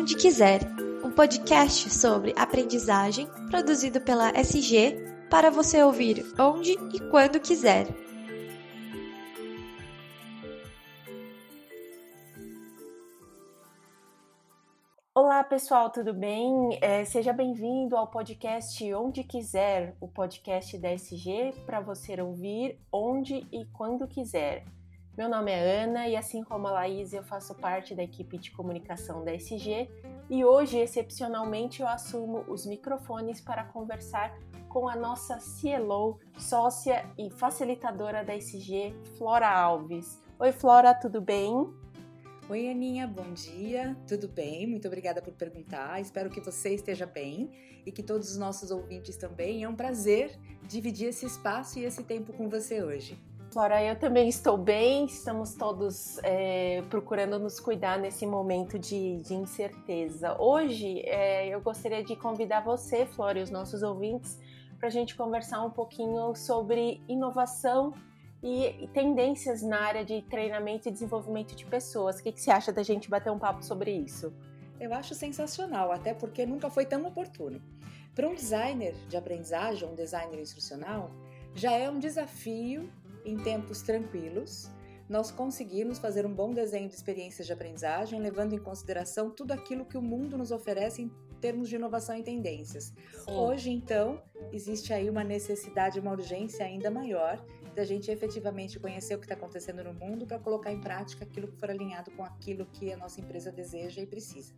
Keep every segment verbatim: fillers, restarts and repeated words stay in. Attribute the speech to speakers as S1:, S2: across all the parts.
S1: Onde Quiser, um podcast sobre aprendizagem produzido pela S G para você ouvir onde e quando quiser.
S2: Olá pessoal, tudo bem? É, seja bem-vindo ao podcast Onde Quiser, o podcast da S G para você ouvir onde e quando quiser. Meu nome é Ana e assim como a Laís eu faço parte da equipe de comunicação da S G e hoje, excepcionalmente, eu assumo os microfones para conversar com a nossa C L O, sócia e facilitadora da S G, Flora Alves. Oi Flora, tudo bem?
S3: Oi Aninha, bom dia, tudo bem? Muito obrigada por perguntar, espero que você esteja bem e que todos os nossos ouvintes também. É um prazer dividir esse espaço e esse tempo com você hoje.
S2: Flora, eu também estou bem, estamos todos é, procurando nos cuidar nesse momento de, de incerteza. Hoje é, eu gostaria de convidar você, Flora, e os nossos ouvintes para a gente conversar um pouquinho sobre inovação e, e tendências na área de treinamento e desenvolvimento de pessoas. O que, que você acha da gente bater um papo sobre isso?
S3: Eu acho sensacional, até porque nunca foi tão oportuno. Para um designer de aprendizagem, um designer instrucional, já é um desafio em tempos tranquilos, nós conseguimos fazer um bom desenho de experiências de aprendizagem, levando em consideração tudo aquilo que o mundo nos oferece em termos de inovação e tendências. Sim. Hoje, então, existe aí uma necessidade, uma urgência ainda maior da gente efetivamente conhecer o que está acontecendo no mundo para colocar em prática aquilo que for alinhado com aquilo que a nossa empresa deseja e precisa.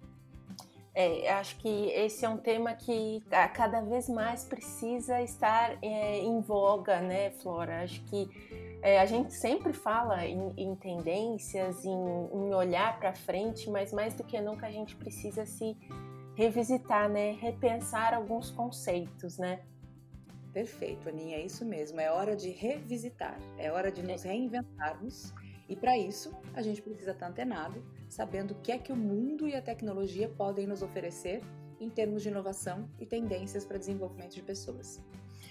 S2: É, acho que esse é um tema que cada vez mais precisa estar é, em voga, né, Flora? Acho que é, a gente sempre fala em, em tendências, em, em olhar para frente, mas mais do que nunca a gente precisa se revisitar, né? Repensar alguns conceitos, né?
S3: Perfeito, Aninha, é isso mesmo. É hora de revisitar, é hora de nos reinventarmos. E para isso, a gente precisa estar antenado, sabendo o que é que o mundo e a tecnologia podem nos oferecer em termos de inovação e tendências para desenvolvimento de pessoas.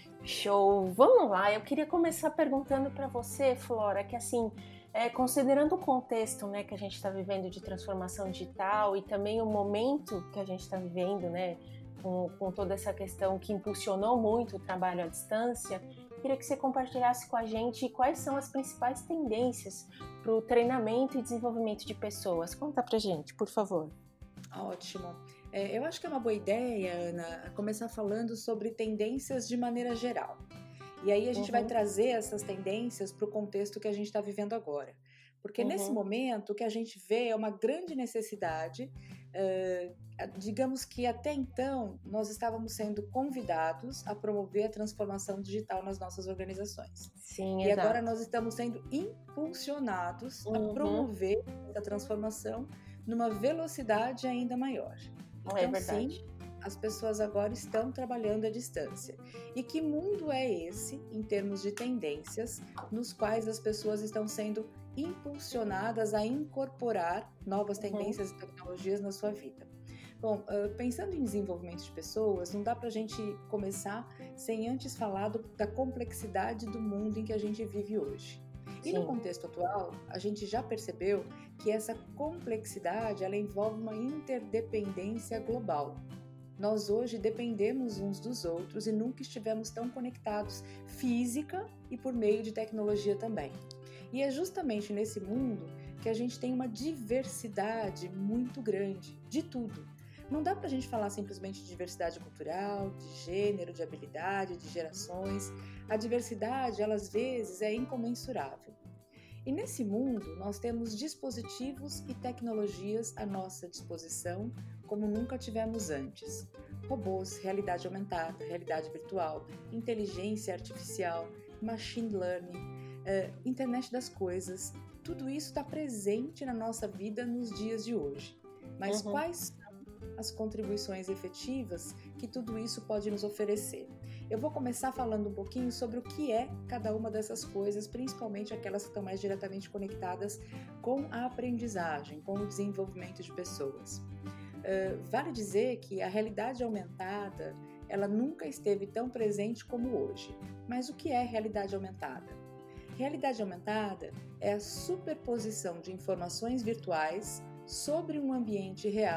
S2: Show! Vamos lá, eu queria começar perguntando para você, Flora, que assim, é, considerando o contexto, né, que a gente está vivendo de transformação digital e também o momento que a gente está vivendo, né, com, com toda essa questão que impulsionou muito o trabalho à distância, queria que você compartilhasse com a gente quais são as principais tendências para o treinamento e desenvolvimento de pessoas. Conta pra gente, por favor.
S3: Ótimo. É, eu acho que é uma boa ideia, Ana, começar falando sobre tendências de maneira geral. E aí a gente uhum. vai trazer essas tendências para o contexto que a gente está vivendo agora. Porque uhum. nesse momento o que a gente vê é uma grande necessidade, uh, digamos que até então nós estávamos sendo convidados a promover a transformação digital nas nossas organizações.
S2: Sim,
S3: e
S2: exato.
S3: Agora nós estamos sendo impulsionados uhum. a promover essa transformação numa velocidade ainda maior. Então,
S2: é verdade.
S3: Sim, as pessoas agora estão trabalhando à distância. E que mundo é esse, em termos de tendências, nos quais as pessoas estão sendo impulsionadas a incorporar novas tendências uhum. e tecnologias na sua vida? Bom, pensando em desenvolvimento de pessoas, não dá para a gente começar sem antes falar do, da complexidade do mundo em que a gente vive hoje. E Sim. no contexto atual, a gente já percebeu que essa complexidade ela envolve uma interdependência global. Nós hoje dependemos uns dos outros e nunca estivemos tão conectados física e por meio de tecnologia também. E é justamente nesse mundo que a gente tem uma diversidade muito grande de tudo. Não dá pra gente falar simplesmente de diversidade cultural, de gênero, de habilidade, de gerações. A diversidade, ela, às vezes, é incomensurável. E nesse mundo, nós temos dispositivos e tecnologias à nossa disposição como nunca tivemos antes. Robôs, realidade aumentada, realidade virtual, inteligência artificial, machine learning, uh, internet das coisas. Tudo isso está presente na nossa vida nos dias de hoje. Mas uhum. quais são as contribuições efetivas que tudo isso pode nos oferecer? Eu vou começar falando um pouquinho sobre o que é cada uma dessas coisas, principalmente aquelas que estão mais diretamente conectadas com a aprendizagem, com o desenvolvimento de pessoas. Uh, vale dizer que a realidade aumentada, ela nunca esteve tão presente como hoje. Mas o que é realidade aumentada? Realidade aumentada é a superposição de informações virtuais sobre um ambiente real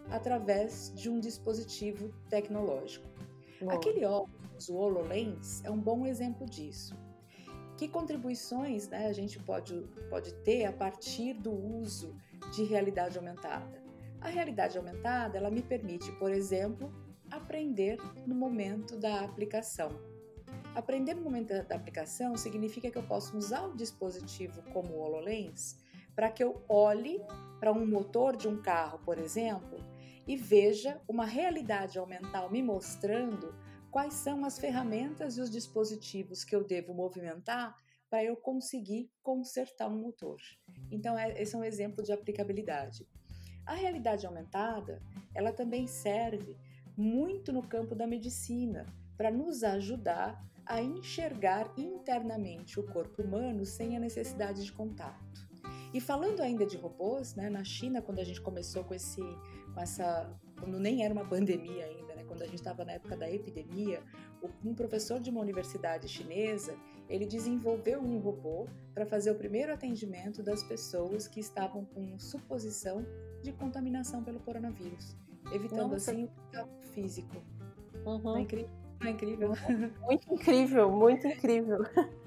S3: através de um dispositivo tecnológico.
S2: Bom.
S3: Aquele óculos, o HoloLens, é um bom exemplo disso. Que contribuições, né, a gente pode, pode ter a partir do uso de realidade aumentada? A realidade aumentada, ela me permite, por exemplo, aprender no momento da aplicação. Aprender no momento da aplicação significa que eu posso usar o dispositivo como o HoloLens para que eu olhe para um motor de um carro, por exemplo, e veja uma realidade aumental me mostrando quais são as ferramentas e os dispositivos que eu devo movimentar para eu conseguir consertar um motor. Então, esse é um exemplo de aplicabilidade. A realidade aumentada, ela também serve muito no campo da medicina, para nos ajudar a enxergar internamente o corpo humano sem a necessidade de contato. E falando ainda de robôs, né, na China, quando a gente começou com, esse, com essa... quando nem era uma pandemia ainda, né, quando a gente estava na época da epidemia, um professor de uma universidade chinesa, ele desenvolveu um robô para fazer o primeiro atendimento das pessoas que estavam com suposição de contaminação pelo coronavírus, evitando Nossa. assim o contato físico.
S2: Uhum.
S3: Não é incrível? Não é incrível?
S2: Muito incrível, muito incrível.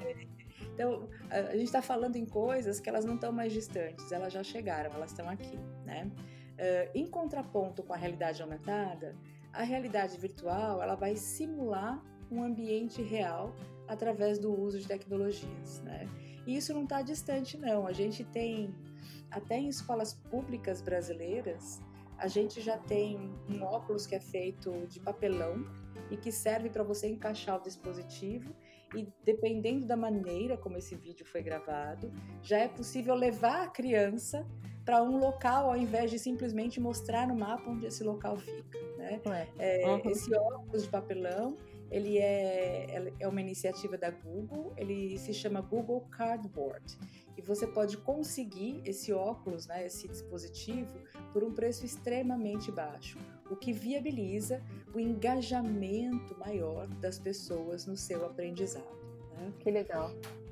S3: Então, a gente está falando em coisas que elas não estão mais distantes, elas já chegaram, elas estão aqui, né? Uh, em contraponto com a realidade aumentada, a realidade virtual, ela vai simular um ambiente real através do uso de tecnologias, né? E isso não está distante, não. A gente tem, até em escolas públicas brasileiras, a gente já tem um óculos que é feito de papelão e que serve para você encaixar o dispositivo e, dependendo da maneira como esse vídeo foi gravado, já é possível levar a criança para um local ao invés de simplesmente mostrar no mapa onde esse local fica, né? É, uhum. Esse óculos de papelão, ele é, é uma iniciativa da Google, ele se chama Google Cardboard. E você pode conseguir esse óculos, né, esse dispositivo, por um preço extremamente baixo, o que viabiliza o engajamento maior das pessoas no seu aprendizado, né?
S2: Que legal.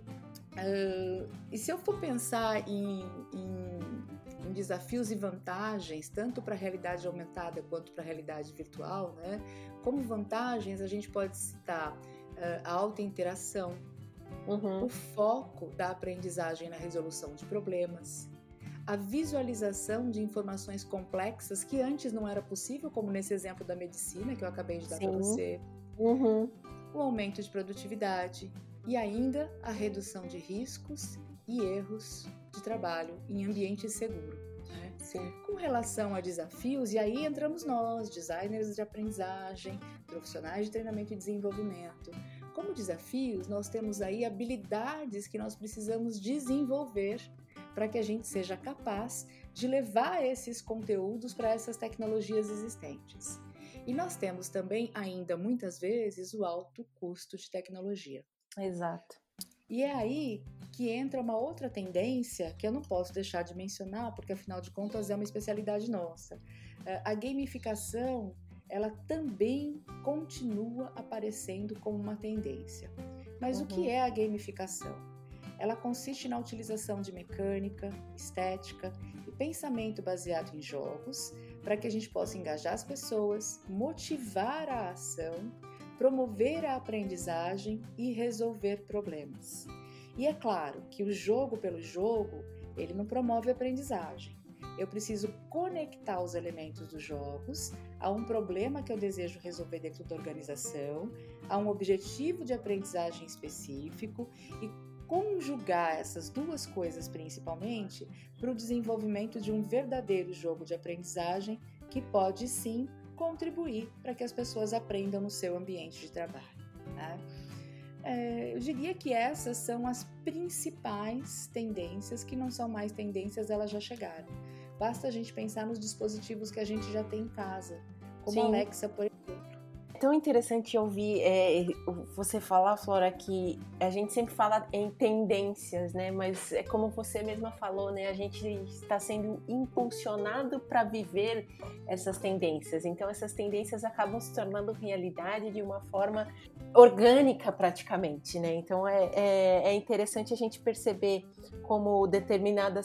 S3: Uh, e se eu for pensar em, em, em desafios e vantagens, tanto para a realidade aumentada quanto para a realidade virtual, né? Como vantagens, a gente pode citar uh, a alta interação, uhum. o foco da aprendizagem na resolução de problemas, a visualização de informações complexas que antes não era possível, como nesse exemplo da medicina que eu acabei de dar para você,
S2: uhum.
S3: o aumento de produtividade e ainda a redução de riscos e erros de trabalho em ambiente seguro. Né?
S2: Sim.
S3: Com relação a desafios, e aí entramos nós, designers de aprendizagem, profissionais de treinamento e desenvolvimento. Como desafios, nós temos aí habilidades que nós precisamos desenvolver para que a gente seja capaz de levar esses conteúdos para essas tecnologias existentes. E nós temos também, ainda muitas vezes, o alto custo de tecnologia.
S2: Exato.
S3: E é aí que entra uma outra tendência que eu não posso deixar de mencionar, porque afinal de contas é uma especialidade nossa. A gamificação, ela também continua aparecendo como uma tendência. Mas uhum. o que é a gamificação? Ela consiste na utilização de mecânica, estética e pensamento baseado em jogos para que a gente possa engajar as pessoas, motivar a ação, promover a aprendizagem e resolver problemas. E é claro que o jogo pelo jogo, ele não promove a aprendizagem. Eu preciso conectar os elementos dos jogos a um problema que eu desejo resolver dentro da organização, a um objetivo de aprendizagem específico e conjugar essas duas coisas principalmente para o desenvolvimento de um verdadeiro jogo de aprendizagem que pode sim contribuir para que as pessoas aprendam no seu ambiente de trabalho, né? É, eu diria que essas são as principais tendências, que não são mais tendências, elas já chegaram. Basta a gente pensar nos dispositivos que a gente já tem em casa, como a Alexa, por exemplo.
S2: É tão interessante ouvir é, você falar, Flora, que a gente sempre fala em tendências, né? Mas é como você mesma falou, né? A gente está sendo impulsionado para viver essas tendências. Então, essas tendências acabam se tornando realidade de uma forma orgânica, praticamente, né? Então, é, é, é interessante a gente perceber como determinadas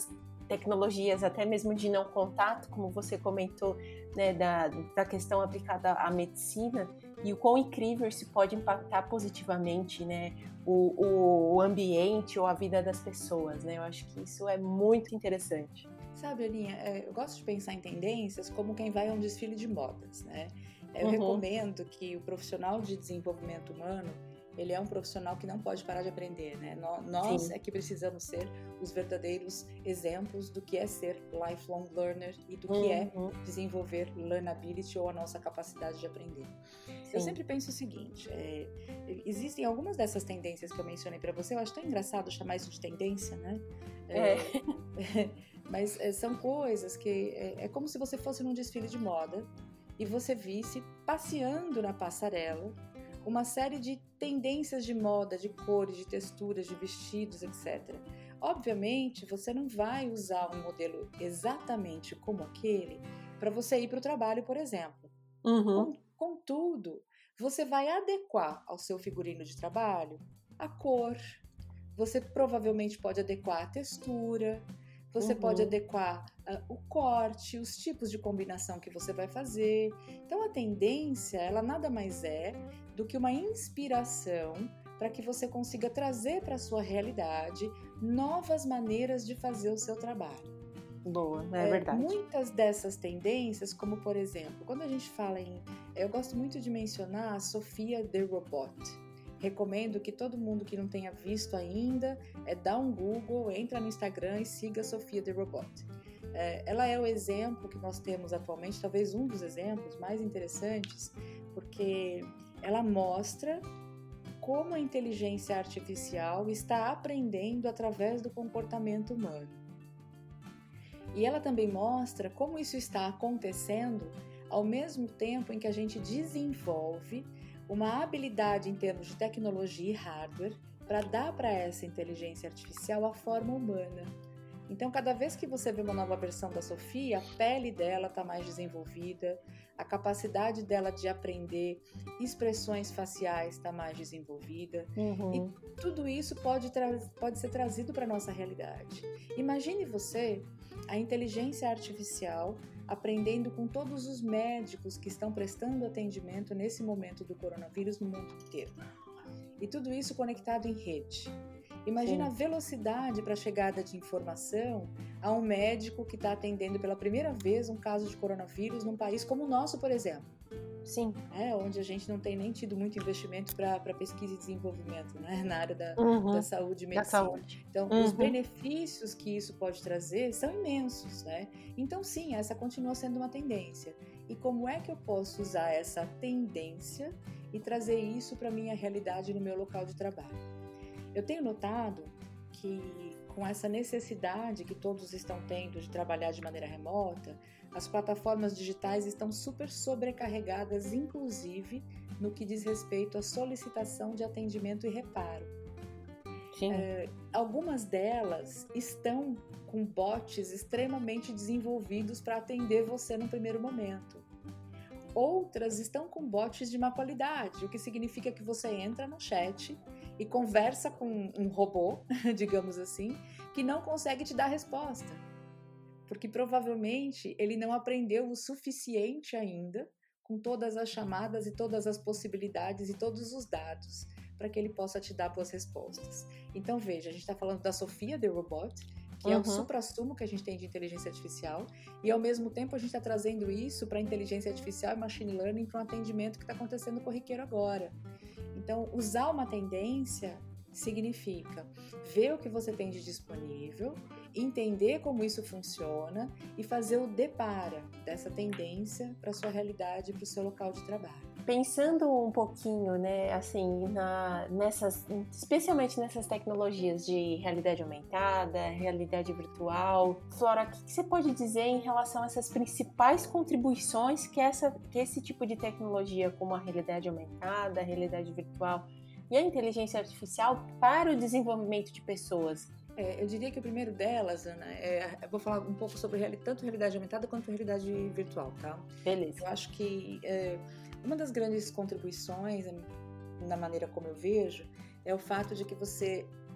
S2: tecnologias até mesmo de não contato, como você comentou, né, da, da questão aplicada à medicina, e o quão incrível isso pode impactar positivamente, né, o, o ambiente ou a vida das pessoas, né? Eu acho que isso é muito interessante.
S3: Sabe, Aninha, eu gosto de pensar em tendências como quem vai a um desfile de modas, né? Eu
S2: Uhum.
S3: recomendo que o profissional de desenvolvimento humano, ele é um profissional que não pode parar de aprender, né? Nós Sim. é que precisamos ser os verdadeiros exemplos do que é ser lifelong learner e do que uhum. é desenvolver learnability ou a nossa capacidade de aprender. Sim. Eu sempre penso o seguinte, é, existem algumas dessas tendências que eu mencionei para você, eu acho tão engraçado chamar isso de tendência, né? É. É, mas é, são coisas que é, é como se você fosse num desfile de moda e você visse passeando na passarela uma série de tendências de moda, de cores, de texturas, de vestidos, etcétera. Obviamente, você não vai usar um modelo exatamente como aquele para você ir para o trabalho, por exemplo.
S2: Uhum.
S3: Contudo, você vai adequar ao seu figurino de trabalho a cor, você provavelmente pode adequar a textura, você uhum. pode adequar uh, o corte, os tipos de combinação que você vai fazer. Então, a tendência, ela nada mais é do que uma inspiração para que você consiga trazer para a sua realidade novas maneiras de fazer o seu trabalho.
S2: Boa, é, é verdade.
S3: Muitas dessas tendências, como por exemplo, quando a gente fala em... Eu gosto muito de mencionar a Sophia the Robot. Recomendo que todo mundo que não tenha visto ainda, é, dá um Google, entra no Instagram e siga a Sophia the Robot. É, ela é o exemplo que nós temos atualmente, talvez um dos exemplos mais interessantes, porque ela mostra como a inteligência artificial está aprendendo através do comportamento humano. E ela também mostra como isso está acontecendo ao mesmo tempo em que a gente desenvolve uma habilidade em termos de tecnologia e hardware para dar para essa inteligência artificial a forma humana. Então, cada vez que você vê uma nova versão da Sophia, a pele dela está mais desenvolvida, a capacidade dela de aprender expressões faciais está mais desenvolvida. Uhum. E tudo isso pode, tra- pode ser trazido para a nossa realidade. Imagine você, a inteligência artificial, aprendendo com todos os médicos que estão prestando atendimento nesse momento do coronavírus no mundo inteiro. E tudo isso conectado em rede. Imagina Sim. a velocidade para a chegada de informação a um médico que está atendendo pela primeira vez um caso de coronavírus num país como o nosso, por exemplo.
S2: Sim.
S3: É, onde a gente não tem nem tido muito investimento para pesquisa e desenvolvimento, né, na área da,
S2: uhum.
S3: da saúde e medicina.
S2: Da saúde.
S3: Então, uhum. os benefícios que isso pode trazer são imensos, né? Então, sim, essa continua sendo uma tendência. E como é que eu posso usar essa tendência e trazer isso para a minha realidade no meu local de trabalho? Eu tenho notado que com essa necessidade que todos estão tendo de trabalhar de maneira remota, as plataformas digitais estão super sobrecarregadas, inclusive no que diz respeito à solicitação de atendimento e reparo.
S2: Sim.
S3: É, algumas delas estão com bots extremamente desenvolvidos para atender você no primeiro momento. Outras estão com bots de má qualidade, o que significa que você entra no chat e conversa com um robô, digamos assim, que não consegue te dar resposta. Porque provavelmente ele não aprendeu o suficiente ainda com todas as chamadas e todas as possibilidades e todos os dados para que ele possa te dar boas respostas. Então veja, a gente está falando da Sophia the Robot, que uhum. é o suprassumo que a gente tem de inteligência artificial, e ao mesmo tempo a gente está trazendo isso para a inteligência artificial e machine learning para um atendimento que está acontecendo corriqueiro agora. Então, usar uma tendência significa ver o que você tem de disponível, entender como isso funciona e fazer o depara dessa tendência para a sua realidade e para o seu local de trabalho.
S2: Pensando um pouquinho, né, assim, na, nessas, especialmente nessas tecnologias de realidade aumentada, realidade virtual, Flora, o que, que você pode dizer em relação a essas principais contribuições que, essa, que esse tipo de tecnologia, como a realidade aumentada, a realidade virtual e a inteligência artificial para o desenvolvimento de pessoas?
S3: É, eu diria que o primeiro delas, Ana, é, eu vou falar um pouco sobre reali- tanto realidade aumentada quanto realidade virtual, tá?
S2: Beleza.
S3: Eu acho que é, uma das grandes contribuições na maneira como eu vejo é o fato de que você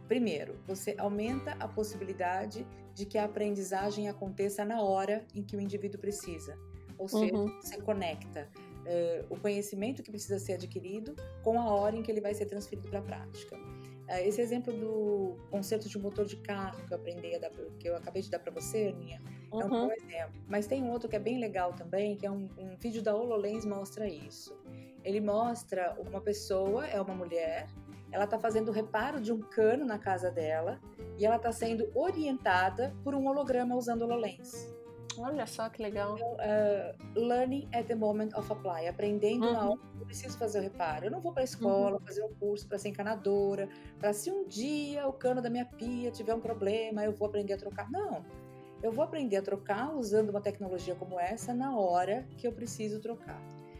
S3: Primeiro, você aumenta a possibilidade de que a aprendizagem aconteça na hora em que o indivíduo precisa. Ou seja, uhum. você conecta uh, o conhecimento que precisa ser adquirido com a hora em que ele vai ser transferido para a prática. Uh, esse exemplo do concerto de um motor de carro que eu, aprendi a dar, que eu acabei de dar para você, Aninha, uhum. é um bom exemplo. Mas tem um outro que é bem legal também, que é um, um vídeo da HoloLens mostra isso. Ele mostra uma pessoa, é uma mulher, ela está fazendo o reparo de um cano na casa dela e ela está sendo orientada por um holograma usando HoloLens.
S2: Olha só que legal.
S3: Então, uh, learning at the moment of apply, aprendendo uhum. na hora que eu preciso fazer o reparo. Eu não vou para a escola uhum. fazer um curso para ser encanadora, para se um dia o cano da minha pia tiver um problema, eu vou aprender a trocar. Não, eu vou aprender a trocar usando uma tecnologia como essa na hora que eu preciso trocar.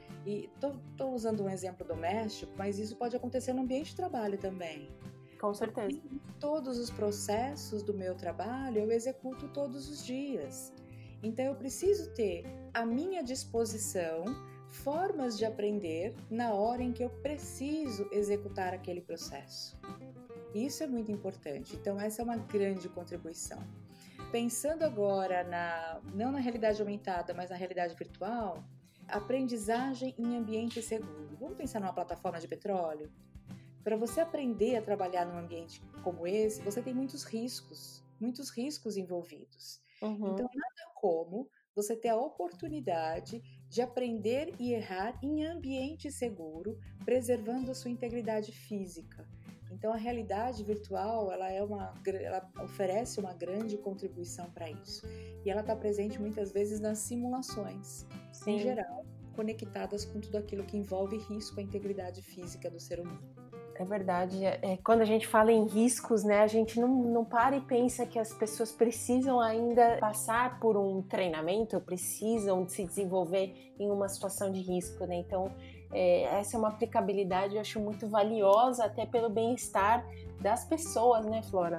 S3: E estou usando um exemplo doméstico, mas isso pode acontecer no ambiente de trabalho também.
S2: Com certeza.
S3: E todos os processos do meu trabalho eu executo todos os dias. Então eu preciso ter à minha disposição formas de aprender na hora em que eu preciso executar aquele processo. Isso é muito importante. Então essa é uma grande contribuição. Pensando agora, na, não na realidade aumentada, mas na realidade virtual, aprendizagem em ambiente seguro. Vamos pensar numa plataforma de petróleo? Para você aprender a trabalhar num ambiente como esse, você tem muitos riscos, muitos riscos envolvidos. Uhum. Então, nada como você ter a oportunidade de aprender e errar em ambiente seguro, preservando a sua integridade física. Então, a realidade virtual, ela, é uma, ela oferece uma grande contribuição para isso. E ela está presente muitas vezes nas simulações, Sim. em geral, conectadas com tudo aquilo que envolve risco à integridade física do ser humano.
S2: É verdade. É, quando a gente fala em riscos, né, a gente não, não para e pensa que as pessoas precisam ainda passar por um treinamento, precisam se desenvolver em uma situação de risco, né? Então, é, essa é uma aplicabilidade, eu acho, muito valiosa, até pelo bem-estar das pessoas, né, Flora?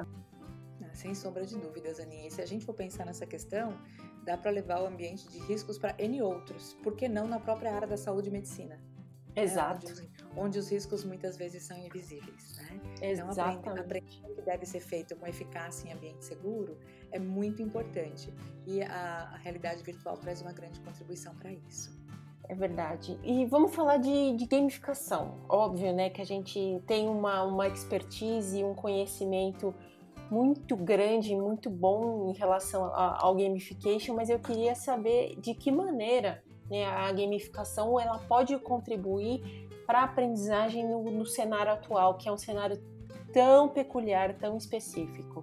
S3: Sem sombra de dúvidas, Aninha. E se a gente for pensar nessa questão, dá para levar o ambiente de riscos para N outros. Por que não na própria área da saúde e medicina?
S2: Exato.
S3: É, onde, onde os riscos muitas vezes são invisíveis, né?
S2: Exatamente.
S3: Então, aprender o que deve ser feito com eficácia em ambiente seguro é muito importante. E a, a realidade virtual traz uma grande contribuição para isso.
S2: É verdade. E vamos falar de, de gamificação. Óbvio, né, que a gente tem uma, uma expertise e um conhecimento muito grande, muito bom em relação a, ao gamification, mas eu queria saber de que maneira, né, a gamificação ela pode contribuir para a aprendizagem no, no cenário atual, que é um cenário tão peculiar, tão específico.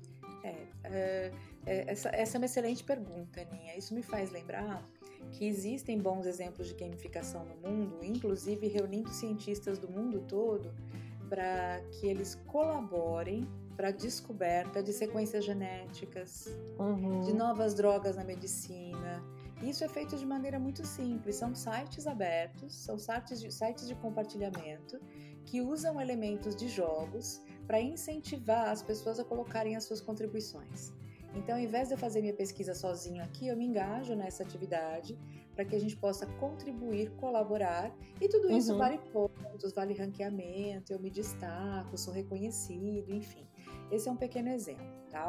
S3: É, é, é, essa, essa é uma excelente pergunta, Aninha. Isso me faz lembrar que existem bons exemplos de gamificação no mundo, inclusive reunindo cientistas do mundo todo para que eles colaborem para a descoberta de sequências genéticas, uhum. de novas drogas na medicina. Isso é feito de maneira muito simples, são sites abertos, são sites de, sites de compartilhamento que usam elementos de jogos para incentivar as pessoas a colocarem as suas contribuições. Então, ao invés de eu fazer minha pesquisa sozinho aqui, eu me engajo nessa atividade para que a gente possa contribuir, colaborar, e tudo isso uhum. vale pontos, vale ranqueamento, eu me destaco, sou reconhecido, enfim. Esse é um pequeno exemplo, tá?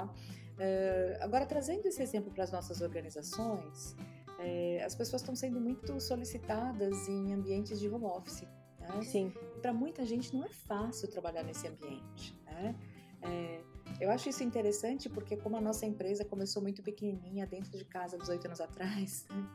S3: Uh, agora, trazendo esse exemplo para as nossas organizações, é, as pessoas estão sendo muito solicitadas em ambientes de home office, né?
S2: Sim.
S3: Para muita gente não é fácil trabalhar nesse ambiente, né? É, eu acho isso interessante porque como a nossa empresa começou muito pequenininha dentro de casa dezoito anos atrás, né?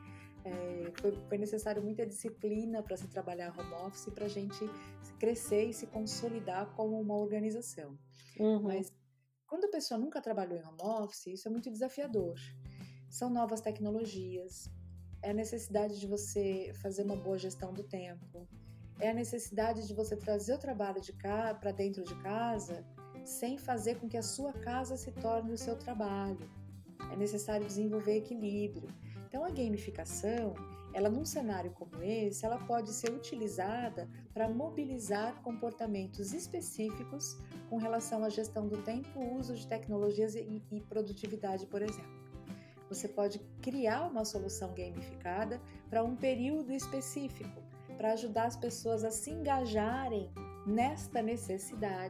S3: é, foi, foi necessário muita disciplina para se trabalhar home office, para a gente crescer e se consolidar como uma organização.
S2: Uhum.
S3: Mas quando a pessoa nunca trabalhou em home office, isso é muito desafiador. São novas tecnologias, é a necessidade de você fazer uma boa gestão do tempo, é a necessidade de você trazer o trabalho de cá para dentro de casa sem fazer com que a sua casa se torne o seu trabalho. É necessário desenvolver equilíbrio. Então, a gamificação, ela num cenário como esse, ela pode ser utilizada para mobilizar comportamentos específicos com relação à gestão do tempo, uso de tecnologias e, e produtividade, por exemplo. Você pode criar uma solução gamificada para um período específico, para ajudar as pessoas a se engajarem nesta necessidade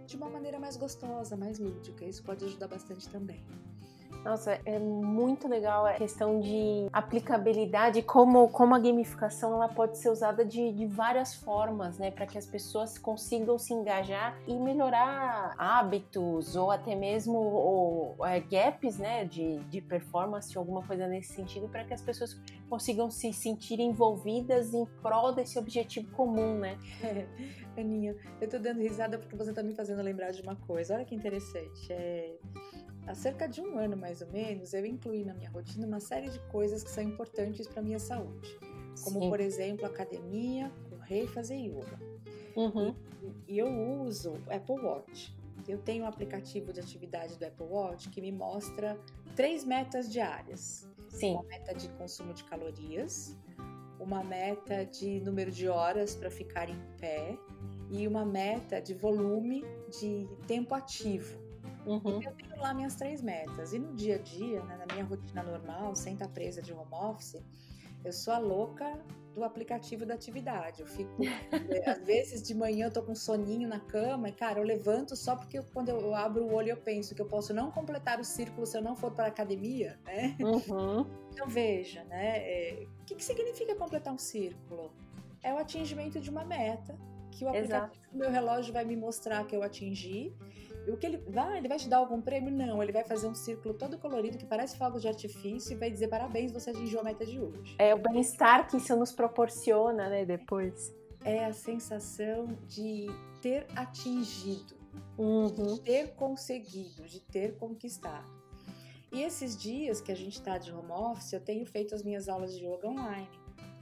S3: de uma maneira mais gostosa, mais lúdica. Isso pode ajudar bastante também.
S2: Nossa, é muito legal a questão de aplicabilidade, como, como a gamificação ela pode ser usada de, de várias formas, né, para que as pessoas consigam se engajar e melhorar hábitos ou até mesmo ou, é, gaps, né, de, de performance, alguma coisa nesse sentido, para que as pessoas consigam se sentir envolvidas em prol desse objetivo comum, né?
S3: É, Aninha, eu tô dando risada porque você tá me fazendo lembrar de uma coisa. Olha que interessante. É... Há cerca de um ano, mais ou menos, eu incluí na minha rotina uma série de coisas que são importantes para a minha saúde. Como, Sim. por exemplo, academia, correr e fazer yoga.
S2: Uhum.
S3: E, e eu uso o Apple Watch. Eu tenho um aplicativo de atividade do Apple Watch que me mostra três metas diárias.
S2: Sim.
S3: Uma meta de consumo de calorias, uma meta de número de horas para ficar em pé e uma meta de volume de tempo ativo.
S2: Uhum.
S3: Eu tenho lá minhas três metas. E no dia a dia, né, na minha rotina normal, sem estar presa de home office, eu sou a louca do aplicativo da atividade. Eu fico, às vezes de manhã eu tô com soninho na cama e, cara, eu levanto só porque eu, quando eu abro o olho eu penso que eu posso não completar o círculo se eu não for para a academia, né?
S2: Uhum.
S3: Então veja, né? É, o que, que significa completar um círculo? É o atingimento de uma meta que o aplicativo Exato. do meu relógio vai me mostrar que eu atingi. O que ele vai, ele vai te dar algum prêmio? Não, ele vai fazer um círculo todo colorido que parece fogo de artifício e vai dizer parabéns, você atingiu a meta de hoje.
S2: É o bem-estar que isso nos proporciona, né, depois.
S3: É a sensação de ter atingido,
S2: uhum.
S3: de ter conseguido, de ter conquistado. E esses dias que a gente está de home office, eu tenho feito as minhas aulas de yoga online.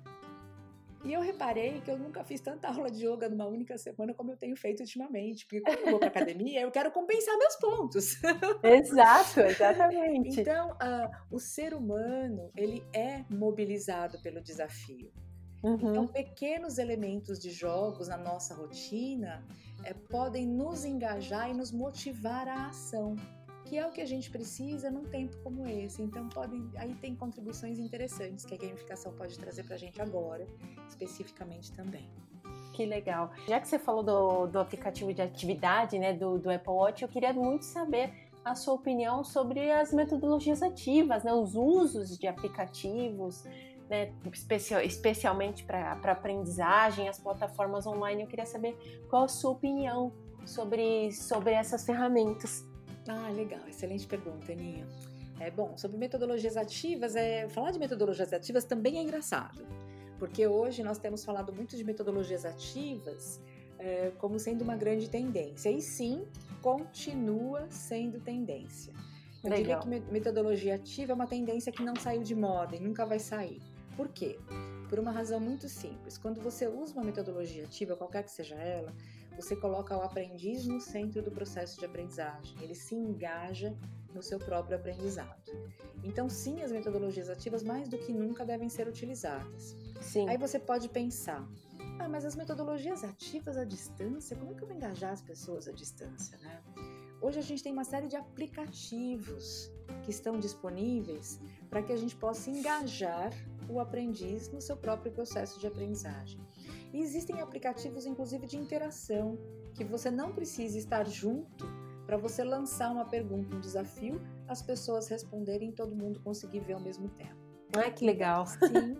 S3: E eu reparei que eu nunca fiz tanta aula de yoga numa única semana como eu tenho feito ultimamente. Porque quando eu vou para academia, eu quero compensar meus pontos.
S2: Exato, exatamente.
S3: Então, uh, o ser humano, ele é mobilizado pelo desafio. Uhum. Então, pequenos elementos de jogos na nossa rotina é, podem nos engajar e nos motivar à ação, que é o que a gente precisa num tempo como esse. Então, podem, aí tem contribuições interessantes que a gamificação pode trazer pra gente agora, especificamente também.
S2: Que legal. Já que você falou do, do aplicativo de atividade, né, do, do Apple Watch, eu queria muito saber a sua opinião sobre as metodologias ativas, né, os usos de aplicativos, né, especial, especialmente para aprendizagem, as plataformas online. Eu queria saber qual a sua opinião sobre, sobre essas ferramentas.
S3: Ah, legal, excelente pergunta, Aninha. É bom, sobre metodologias ativas, é, falar de metodologias ativas também é engraçado, porque hoje nós temos falado muito de metodologias ativas é, como sendo uma grande tendência, e sim, continua sendo tendência. Eu
S2: legal.
S3: diria que metodologia ativa é uma tendência que não saiu de moda e nunca vai sair. Por quê? Por uma razão muito simples. Quando você usa uma metodologia ativa, qualquer que seja ela, você coloca o aprendiz no centro do processo de aprendizagem. Ele se engaja no seu próprio aprendizado. Então, sim, as metodologias ativas mais do que nunca devem ser utilizadas.
S2: Sim.
S3: Aí você pode pensar, ah, mas as metodologias ativas à distância, como é que eu vou engajar as pessoas à distância, né? Hoje a gente tem uma série de aplicativos que estão disponíveis para que a gente possa engajar o aprendiz no seu próprio processo de aprendizagem. E existem aplicativos, inclusive, de interação, que você não precisa estar junto para você lançar uma pergunta, um desafio, as pessoas responderem e todo mundo conseguir ver ao mesmo tempo.
S2: Ah, que legal!
S3: Sim,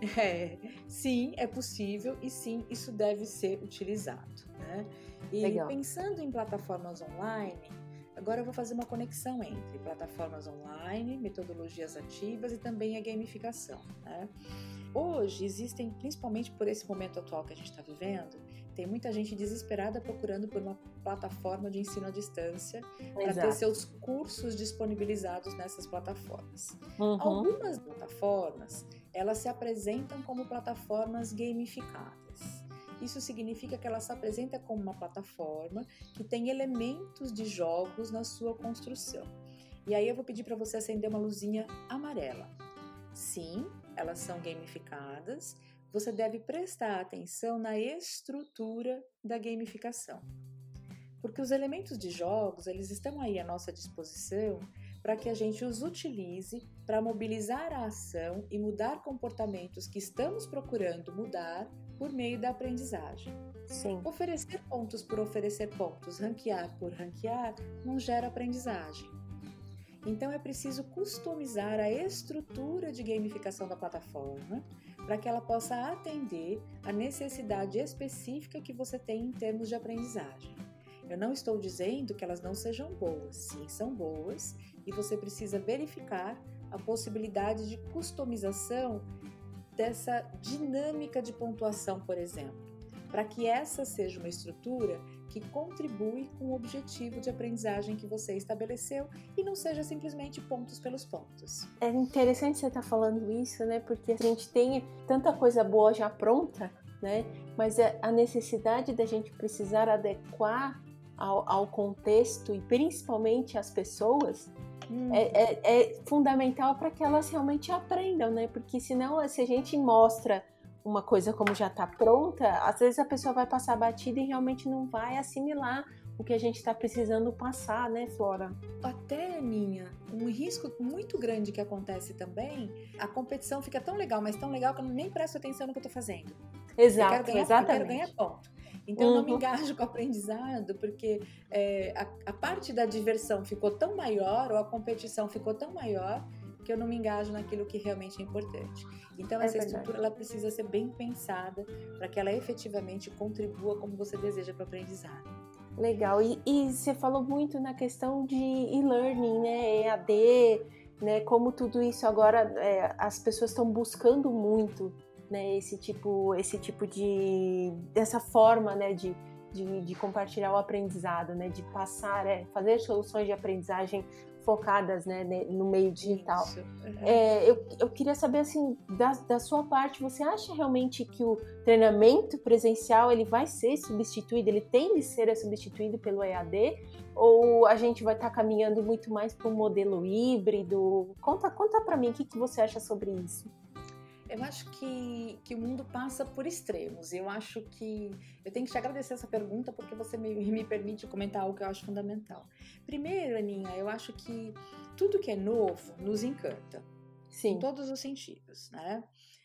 S3: é, sim, é possível e sim, isso deve ser utilizado, né? E
S2: legal.
S3: Pensando em plataformas online, agora eu vou fazer uma conexão entre plataformas online, metodologias ativas e também a gamificação, né? Hoje existem, principalmente por esse momento atual que a gente está vivendo, tem muita gente desesperada procurando por uma plataforma de ensino à distância para ter seus cursos disponibilizados nessas plataformas. Uhum. Algumas plataformas, elas se apresentam como plataformas gamificadas. Isso significa que ela se apresenta como uma plataforma que tem elementos de jogos na sua construção. E aí eu vou pedir para você acender uma luzinha amarela. Sim, elas são gamificadas. Você deve prestar atenção na estrutura da gamificação. Porque os elementos de jogos, eles estão aí à nossa disposição para que a gente os utilize para mobilizar a ação e mudar comportamentos que estamos procurando mudar por meio da aprendizagem.
S2: Sim.
S3: Oferecer pontos por oferecer pontos, ranquear por ranquear, não gera aprendizagem. Então é preciso customizar a estrutura de gamificação da plataforma para que ela possa atender a necessidade específica que você tem em termos de aprendizagem. Eu não estou dizendo que elas não sejam boas, sim, são boas, e você precisa verificar a possibilidade de customização dessa dinâmica de pontuação, por exemplo, para que essa seja uma estrutura que contribui com o objetivo de aprendizagem que você estabeleceu e não seja simplesmente pontos pelos pontos.
S2: É interessante você estar falando isso, né? Porque a gente tem tanta coisa boa já pronta, né? Mas a necessidade da gente precisar adequar ao, ao contexto e principalmente às pessoas hum. é, é, é fundamental para que elas realmente aprendam, né? Porque senão, se a gente mostra uma coisa como já está pronta, às vezes a pessoa vai passar batida e realmente não vai assimilar o que a gente está precisando passar, né, Flora?
S3: Até, Aninha, um risco muito grande que acontece também, a competição fica tão legal, mas tão legal que eu nem presto atenção no que eu estou fazendo.
S2: Exato,
S3: eu quero ganhar,
S2: exatamente.
S3: Eu quero ganhar ponto. Então
S2: uhum.
S3: eu não me engajo com o aprendizado, porque é, a, a parte da diversão ficou tão maior, ou a competição ficou tão maior, que eu não me engajo naquilo que realmente é importante. Então, essa é estrutura ela precisa ser bem pensada para que ela efetivamente contribua como você deseja para o aprendizado.
S2: Legal. E, e você falou muito na questão de e-learning, né? E A D, né? Como tudo isso agora, é, as pessoas estão buscando muito, né? Esse tipo, esse tipo de... dessa forma, né? De, de, de compartilhar o aprendizado, né? De passar, é, fazer soluções de aprendizagem focadas, né, no meio digital. Uhum. É, eu, eu queria saber, assim, da, da sua parte, você acha realmente que o treinamento presencial ele vai ser substituído, ele tem de ser substituído pelo E A D? Ou a gente vai estar caminhando muito mais para um modelo híbrido? Conta, conta para mim, o que, que você acha sobre isso?
S3: Eu acho que, que o mundo passa por extremos. Eu acho que... Eu tenho que te agradecer essa pergunta porque você me, me permite comentar algo que eu acho fundamental. Primeiro, Aninha, eu acho que tudo que é novo nos encanta. Sim. Em todos os sentidos, né?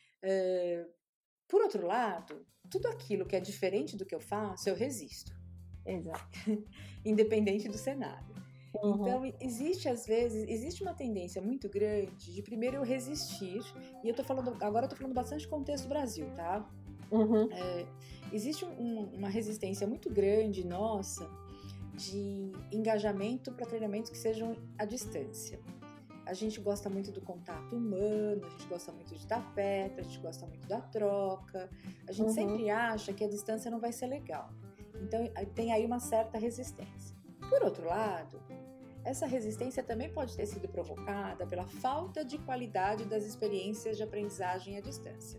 S3: É, por outro lado, tudo aquilo que é diferente do que eu faço, eu resisto.
S2: Exato.
S3: Independente do cenário.
S2: Uhum.
S3: Então, existe às vezes, existe uma tendência muito grande de primeiro eu resistir, e eu tô falando, agora eu tô falando bastante de contexto Brasil, tá?
S2: Uhum.
S3: É, existe um, uma resistência muito grande nossa de engajamento para treinamentos que sejam à distância. A gente gosta muito do contato humano, a gente gosta muito de estar perto, a gente gosta muito da troca, a gente uhum. sempre acha que a distância não vai ser legal. Então, tem aí uma certa resistência. Por outro lado, essa resistência também pode ter sido provocada pela falta de qualidade das experiências de aprendizagem à distância.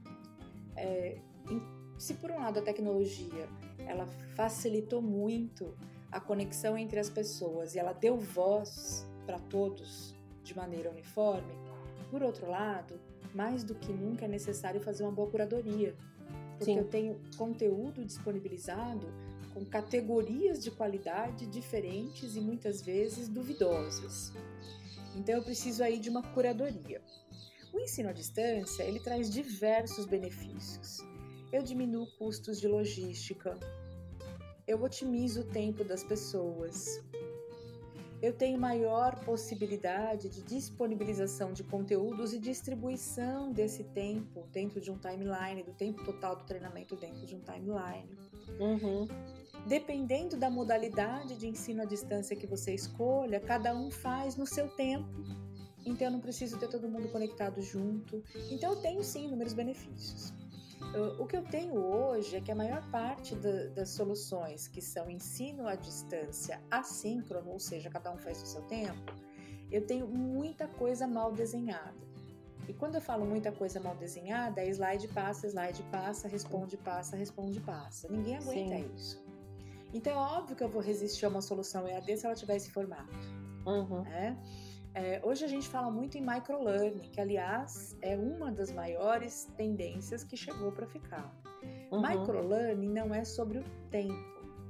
S3: É, se por um lado a tecnologia ela facilitou muito a conexão entre as pessoas e ela deu voz para todos de maneira uniforme, por outro lado, mais do que nunca é necessário fazer uma boa curadoria, porque Sim. eu tenho conteúdo disponibilizado com categorias de qualidade diferentes e muitas vezes duvidosas. Então eu preciso aí de uma curadoria. O ensino à distância, ele traz diversos benefícios. Eu diminuo custos de logística, eu otimizo o tempo das pessoas, eu tenho maior possibilidade de disponibilização de conteúdos e distribuição desse tempo dentro de um timeline, do tempo total do treinamento dentro de um timeline.
S2: Uhum.
S3: Dependendo da modalidade de ensino à distância que você escolha, cada um faz no seu tempo, então eu não preciso ter todo mundo conectado junto. Então eu tenho sim inúmeros benefícios. O que eu tenho hoje é que a maior parte da, das soluções que são ensino à distância assíncrono, ou seja, cada um faz no seu tempo, eu tenho muita coisa mal desenhada. E quando eu falo muita coisa mal desenhada, é slide passa, slide passa, responde passa, responde passa. Ninguém aguenta Sim. isso. Então é óbvio que eu vou resistir a uma solução E A D se ela tiver esse formato.
S2: Uhum.
S3: É? É, hoje a gente fala muito em microlearning, que aliás é uma das maiores tendências que chegou para ficar. Uhum. Microlearning não é sobre o tempo,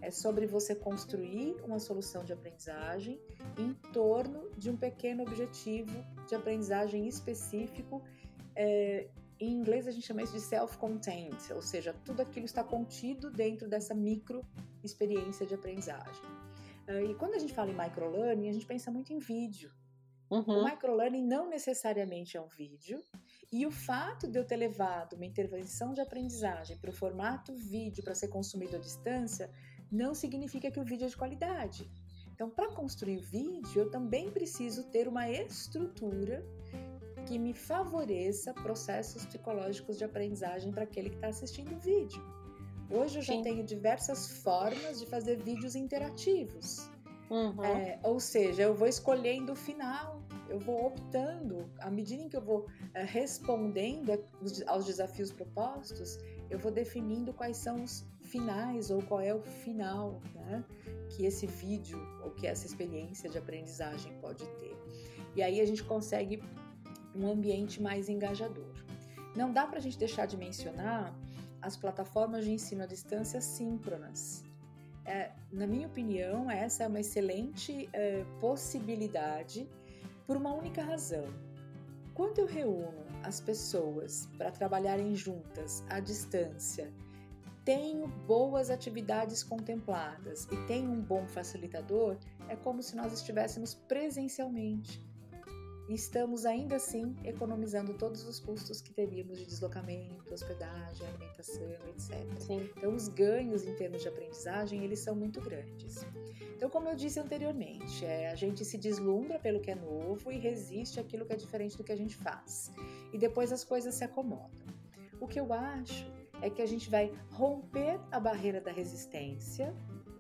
S3: É sobre você construir uma solução de aprendizagem em torno de um pequeno objetivo de aprendizagem específico. É, em inglês a gente chama isso de self-contained, ou seja, tudo aquilo está contido dentro dessa micro experiência de aprendizagem. E quando a gente fala em microlearning, a gente pensa muito em vídeo. Uhum. O microlearning não necessariamente é um vídeo, e o fato de eu ter levado uma intervenção de aprendizagem para o formato vídeo para ser consumido à distância não significa que o vídeo é de qualidade. Então, para construir vídeo, eu também preciso ter uma estrutura que me favoreça processos psicológicos de aprendizagem para aquele que está assistindo o vídeo. Hoje eu já Sim. tenho diversas formas de fazer vídeos interativos. Uhum. É, ou seja, eu vou escolhendo o final, eu vou optando, à medida em que eu vou é, respondendo aos desafios propostos, eu vou definindo quais são os finais ou qual é o final, né, que esse vídeo ou que essa experiência de aprendizagem pode ter. E aí a gente consegue um ambiente mais engajador. Não dá para a gente deixar de mencionar as plataformas de ensino à distância síncronas. É, na minha opinião, essa é uma excelente é, possibilidade por uma única razão. Quando eu reúno as pessoas para trabalharem juntas à distância, tenho boas atividades contempladas e tenho um bom facilitador, é como se nós estivéssemos presencialmente. E estamos ainda assim economizando todos os custos que teríamos de deslocamento, hospedagem, alimentação, etcétera. Sim. Então os ganhos em termos de aprendizagem, eles são muito grandes. Então, como eu disse anteriormente, é, a gente se deslumbra pelo que é novo e resiste àquilo que é diferente do que a gente faz. E depois as coisas se acomodam. O que eu acho é que a gente vai romper a barreira da resistência,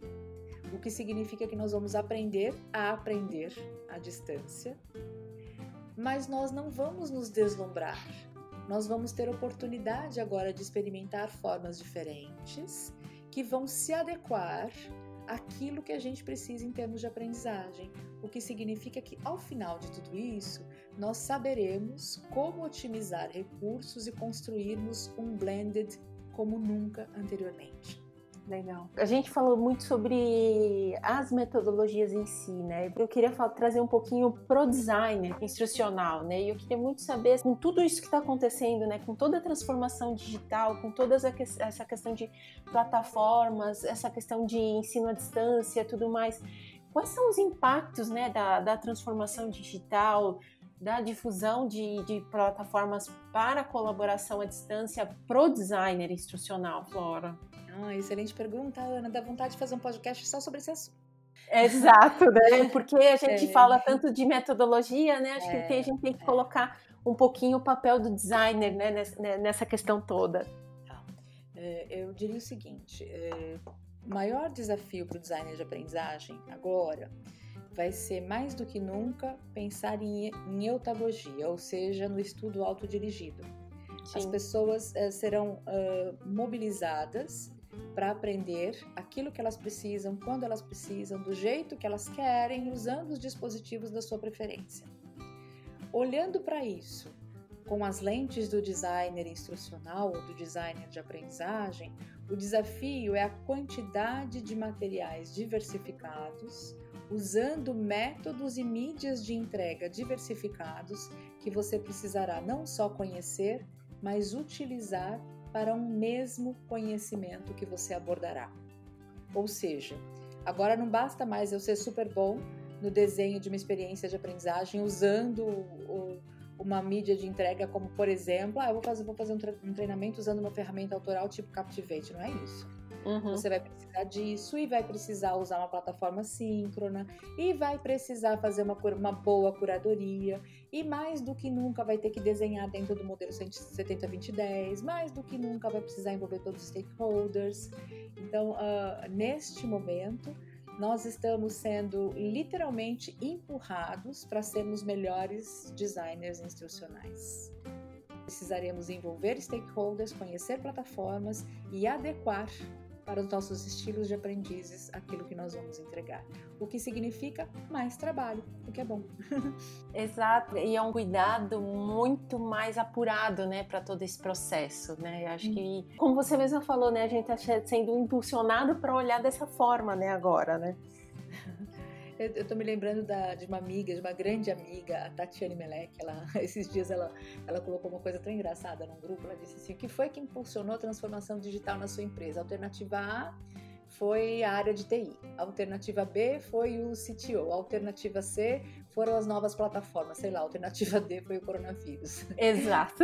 S3: o que significa que nós vamos aprender a aprender à distância, mas nós não vamos nos deslumbrar. Nós vamos ter oportunidade agora de experimentar formas diferentes que vão se adequar àquilo que a gente precisa em termos de aprendizagem, o que significa que ao final de tudo isso, nós saberemos como otimizar recursos e construirmos um blended como nunca anteriormente.
S2: Legal. A gente falou muito sobre as metodologias em si, né? Eu queria falar, trazer um pouquinho pro designer instrucional, né? E eu queria muito saber, com tudo isso que está acontecendo, né? Com toda a transformação digital, com toda essa questão de plataformas, essa questão de ensino à distância, tudo mais, quais são os impactos, né, da, da transformação digital, da difusão de, de plataformas para colaboração à distância pro designer instrucional, Flora?
S3: Ah, excelente pergunta, Ana. Dá vontade de fazer um podcast só sobre esse assunto.
S2: Exato, né? Porque a gente é. fala tanto de metodologia, né? Acho é. que a gente tem que é. colocar um pouquinho o papel do designer, né? nessa questão toda.
S3: Eu diria o seguinte, o maior desafio para o designer de aprendizagem agora vai ser mais do que nunca pensar em, em eutagogia, ou seja, no estudo autodirigido. Sim. As pessoas uh, serão uh, mobilizadas para aprender aquilo que elas precisam, quando elas precisam, do jeito que elas querem, usando os dispositivos da sua preferência. Olhando para isso, com as lentes do designer instrucional ou do designer de aprendizagem, o desafio é a quantidade de materiais diversificados, usando métodos e mídias de entrega diversificados que você precisará não só conhecer, mas utilizar para um mesmo conhecimento que você abordará. Ou seja, agora não basta mais eu ser super bom no desenho de uma experiência de aprendizagem usando o, uma mídia de entrega como, por exemplo, ah, eu vou fazer, vou fazer um treinamento usando uma ferramenta autoral tipo Captivate, não é isso. Uhum. Você vai precisar disso e vai precisar usar uma plataforma síncrona e vai precisar fazer uma, uma boa curadoria e mais do que nunca vai ter que desenhar dentro do modelo setenta vinte dez, mais do que nunca vai precisar envolver todos os stakeholders. Então, uh, neste momento, nós estamos sendo literalmente empurrados para sermos melhores designers instrucionais. Precisaremos envolver stakeholders, conhecer plataformas e adequar para os nossos estilos de aprendizes aquilo que nós vamos entregar. O que significa mais trabalho, o que é bom.
S2: Exato, e é um cuidado muito mais apurado, né, para todo esse processo, né? Eu acho hum. que, como você mesma falou, né, a gente está sendo impulsionado para olhar dessa forma, né, agora, né?
S3: Eu estou me lembrando da, de uma amiga, de uma grande amiga, a Tatiane Melek. Ela, esses dias ela, ela colocou uma coisa tão engraçada num grupo. Ela disse assim: o que foi que impulsionou a transformação digital na sua empresa? A alternativa A foi a área de T I, a alternativa B foi o C T O, a alternativa C foram as novas plataformas, sei lá, a alternativa D foi o coronavírus.
S2: Exato.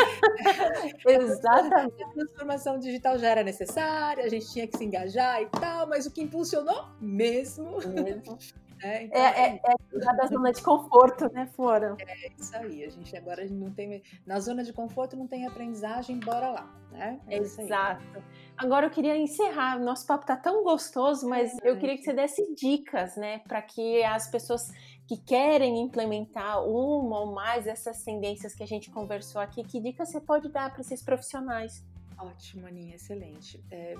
S2: Exatamente.
S3: A transformação digital já era necessária, a gente tinha que se engajar e tal, mas o que impulsionou mesmo...
S2: mesmo.
S3: É, então,
S2: é, é, é da zona de conforto, né, Flora?
S3: É isso aí, a gente agora a gente não tem... Na zona de conforto não tem aprendizagem, bora lá, né? É
S2: Exato. Agora eu queria encerrar, nosso papo tá tão gostoso, mas é, eu queria que você desse dicas, né, para que as pessoas que querem implementar uma ou mais dessas tendências que a gente conversou aqui, que dicas você pode dar para esses profissionais?
S3: Ótimo, Aninha, excelente. É...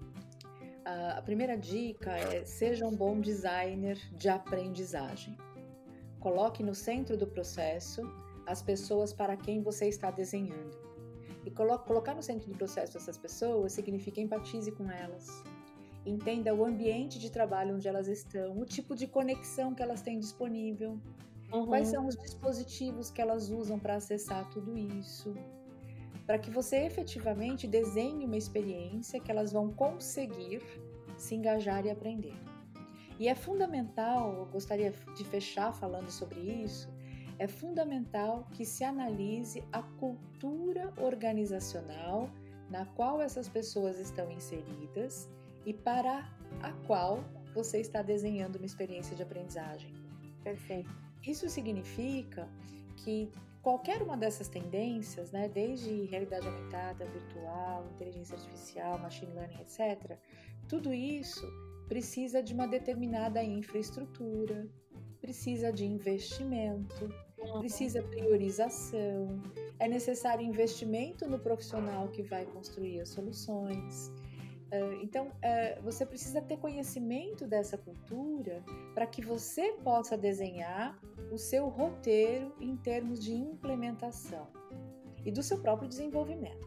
S3: A primeira dica é: seja um bom designer de aprendizagem. Coloque no centro do processo as pessoas para quem você está desenhando. E colo- colocar no centro do processo essas pessoas significa empatize com elas. Entenda o ambiente de trabalho onde elas estão, o tipo de conexão que elas têm disponível, uhum. Quais são os dispositivos que elas usam para acessar tudo isso. Para que você efetivamente desenhe uma experiência que elas vão conseguir se engajar e aprender. E é fundamental, eu gostaria de fechar falando sobre isso, é fundamental que se analise a cultura organizacional na qual essas pessoas estão inseridas e para a qual você está desenhando uma experiência de aprendizagem.
S2: Perfeito.
S3: Isso significa que qualquer uma dessas tendências, né, desde realidade aumentada, virtual, inteligência artificial, machine learning, etcétera, tudo isso precisa de uma determinada infraestrutura, precisa de investimento, uhum. precisa priorização, é necessário investimento no profissional que vai construir as soluções. Então, você precisa ter conhecimento dessa cultura para que você possa desenhar o seu roteiro em termos de implementação e do seu próprio desenvolvimento.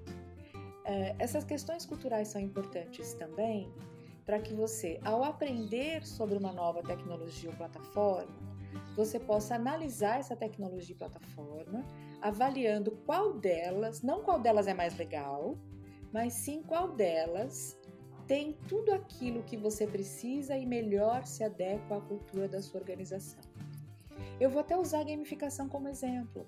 S3: Essas questões culturais são importantes também para que você, ao aprender sobre uma nova tecnologia ou plataforma, você possa analisar essa tecnologia e plataforma, avaliando qual delas, não qual delas é mais legal, mas sim qual delas tem tudo aquilo que você precisa e melhor se adequa à cultura da sua organização. Eu vou até usar a gamificação como exemplo.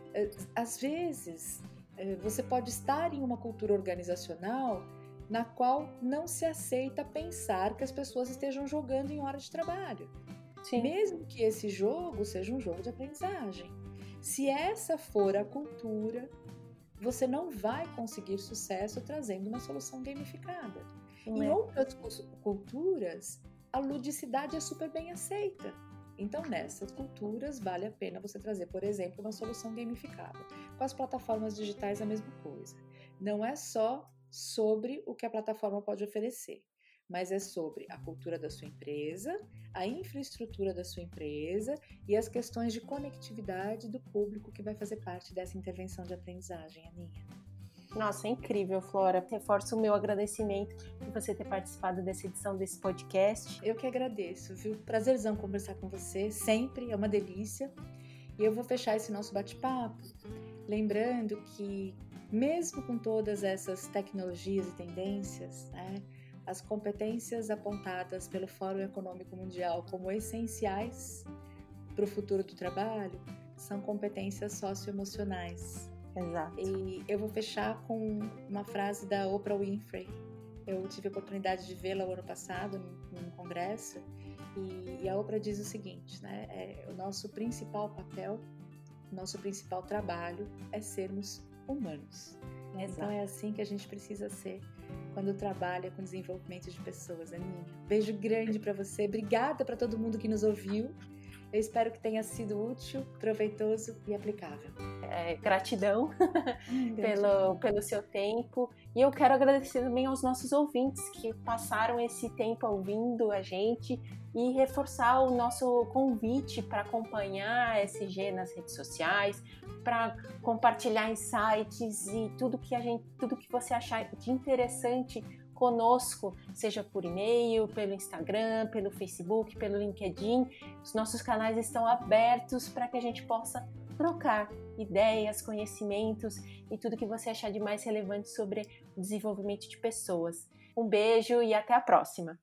S3: Às vezes, você pode estar em uma cultura organizacional na qual não se aceita pensar que as pessoas estejam jogando em hora de trabalho. Sim. Mesmo que esse jogo seja um jogo de aprendizagem. Se essa for a cultura, você não vai conseguir sucesso trazendo uma solução gamificada. Não em é. outras culturas, a ludicidade é super bem aceita. Então, nessas culturas, vale a pena você trazer, por exemplo, uma solução gamificada. Com as plataformas digitais, a mesma coisa. Não é só sobre o que a plataforma pode oferecer, mas é sobre a cultura da sua empresa, a infraestrutura da sua empresa e as questões de conectividade do público que vai fazer parte dessa intervenção de aprendizagem, Aninha.
S2: Nossa, é incrível, Flora. Reforço o meu agradecimento por você ter participado dessa edição desse podcast.
S3: Eu que agradeço, viu? Prazerzão conversar com você, sempre, é uma delícia. E eu vou fechar esse nosso bate-papo lembrando que, mesmo com todas essas tecnologias e tendências, né, as competências apontadas pelo Fórum Econômico Mundial como essenciais para o futuro do trabalho são competências socioemocionais.
S2: Exato.
S3: E eu vou fechar com uma frase da Oprah Winfrey. Eu tive a oportunidade de vê-la o ano passado num, num congresso e, e a Oprah diz o seguinte, né? É, o nosso principal papel, o nosso principal trabalho é sermos humanos. Exato. Então é assim que a gente precisa ser quando trabalha com desenvolvimento de pessoas, Aninha. Beijo grande para você, obrigada para todo mundo que nos ouviu. Eu espero que tenha sido útil, proveitoso e aplicável.
S2: É, gratidão,
S3: Hum,
S2: pelo, pelo seu tempo. E eu quero agradecer também aos nossos ouvintes que passaram esse tempo ouvindo a gente e reforçar o nosso convite para acompanhar a S G nas redes sociais, para compartilhar insights e tudo que, a gente, tudo que você achar de interessante conosco, seja por e-mail, pelo Instagram, pelo Facebook, pelo LinkedIn. Os nossos canais estão abertos para que a gente possa trocar ideias, conhecimentos e tudo que você achar de mais relevante sobre o desenvolvimento de pessoas. Um beijo e até a próxima!